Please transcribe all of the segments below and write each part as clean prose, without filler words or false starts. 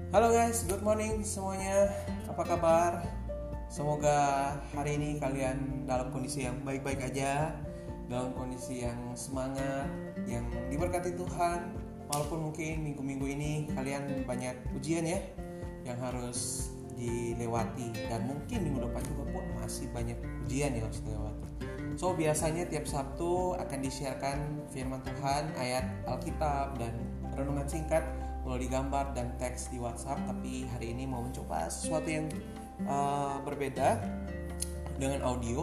Halo guys, good morning semuanya. Apa kabar? Semoga hari ini kalian dalam kondisi yang baik-baik aja, dalam kondisi yang semangat, yang diberkati Tuhan. Walaupun mungkin minggu-minggu ini kalian banyak ujian ya yang harus dilewati, dan mungkin minggu depan juga pun masih banyak ujian yang harus dilewati. So biasanya tiap Sabtu akan disiarkan firman Tuhan, ayat Alkitab dan renungan singkat melalui gambar dan teks di WhatsApp. Tapi hari ini mau mencoba sesuatu yang berbeda dengan audio.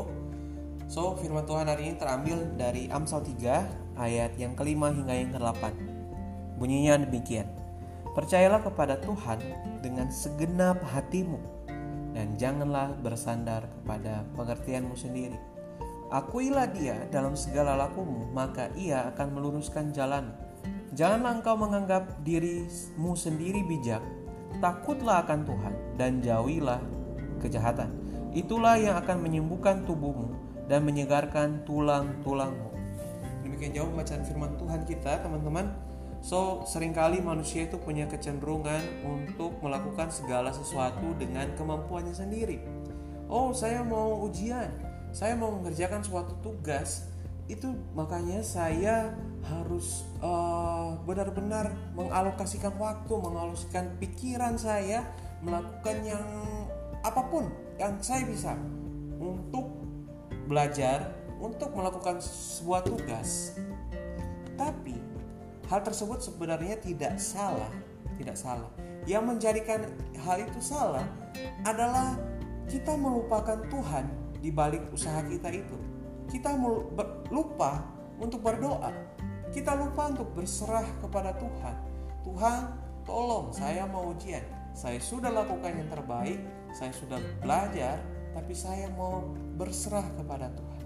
So firman Tuhan hari ini terambil dari Amsal 3 ayat yang kelima hingga yang ke-8. Bunyinya demikian: percayalah kepada Tuhan dengan segenap hatimu, dan janganlah bersandar kepada pengertianmu sendiri. Akuilah Dia dalam segala lakumu, maka Ia akan meluruskan jalanmu. Janganlah engkau menganggap dirimu sendiri bijak. Takutlah akan Tuhan dan jauhilah kejahatan. Itulah yang akan menyembuhkan tubuhmu dan menyegarkan tulang-tulangmu. Demikian jauh bacaan firman Tuhan kita, teman-teman. So, seringkali manusia itu punya kecenderungan untuk melakukan segala sesuatu dengan kemampuannya sendiri. Oh, saya mau ujian, saya mau mengerjakan suatu tugas, itu makanya saya harus benar-benar mengalokasikan waktu, mengalokasikan pikiran saya, melakukan yang apapun yang saya bisa untuk belajar, untuk melakukan sebuah tugas. Tapi hal tersebut sebenarnya tidak salah. Yang menjadikan hal itu salah adalah kita melupakan Tuhan di balik usaha kita itu. Kita lupa untuk berdoa. Kita lupa untuk berserah kepada Tuhan. Tuhan, tolong, saya mau ujian. Saya sudah lakukan yang terbaik, saya sudah belajar, tapi saya mau berserah kepada Tuhan.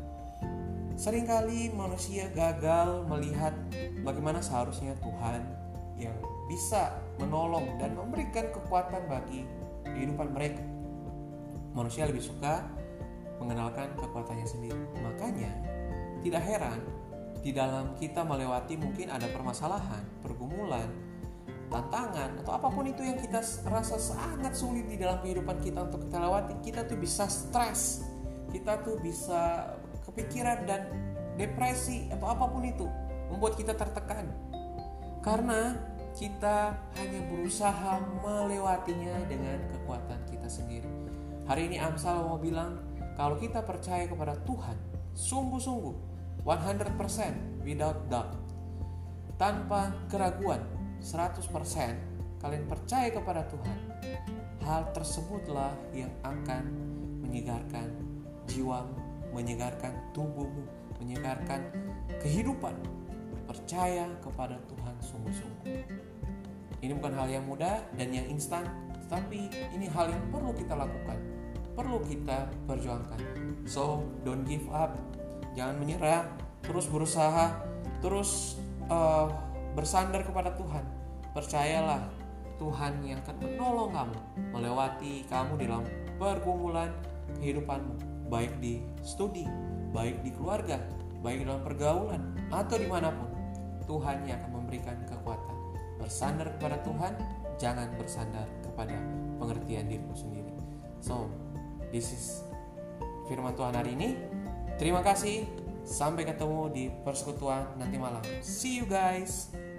Seringkali manusia gagal melihat bagaimana seharusnya Tuhan yang bisa menolong dan memberikan kekuatan bagi kehidupan mereka. Manusia lebih suka mengenalkan kekuatannya sendiri. Makanya tidak heran di dalam kita melewati mungkin ada permasalahan, pergumulan, tantangan, atau apapun itu yang kita rasa sangat sulit di dalam kehidupan kita untuk kita lewati, kita tuh bisa stres, kita tuh bisa kepikiran dan depresi atau apapun itu, membuat kita tertekan karena kita hanya berusaha melewatinya dengan kekuatan kita sendiri. Hari ini Amsal mau bilang, kalau kita percaya kepada Tuhan sungguh-sungguh 100% without doubt, tanpa keraguan, 100% kalian percaya kepada Tuhan, hal tersebutlah yang akan menyegarkan jiwamu, menyegarkan tubuhmu, menyegarkan kehidupan. Percaya kepada Tuhan sungguh-sungguh. Ini bukan hal yang mudah dan yang instan, tetapi ini hal yang perlu kita lakukan, perlu kita perjuangkan. So, don't give up. Jangan menyerah, terus berusaha, terus bersandar kepada Tuhan. Percayalah, Tuhan yang akan menolong kamu melewati kamu dalam pergumulan kehidupanmu, baik di studi, baik di keluarga, baik dalam pergaulan, atau dimanapun. Tuhan yang akan memberikan kekuatan. Bersandar kepada Tuhan, jangan bersandar kepada pengertian dirimu sendiri. So, this is firman Tuhan hari ini. Terima kasih. Sampai ketemu di persekutuan nanti malam. See you guys.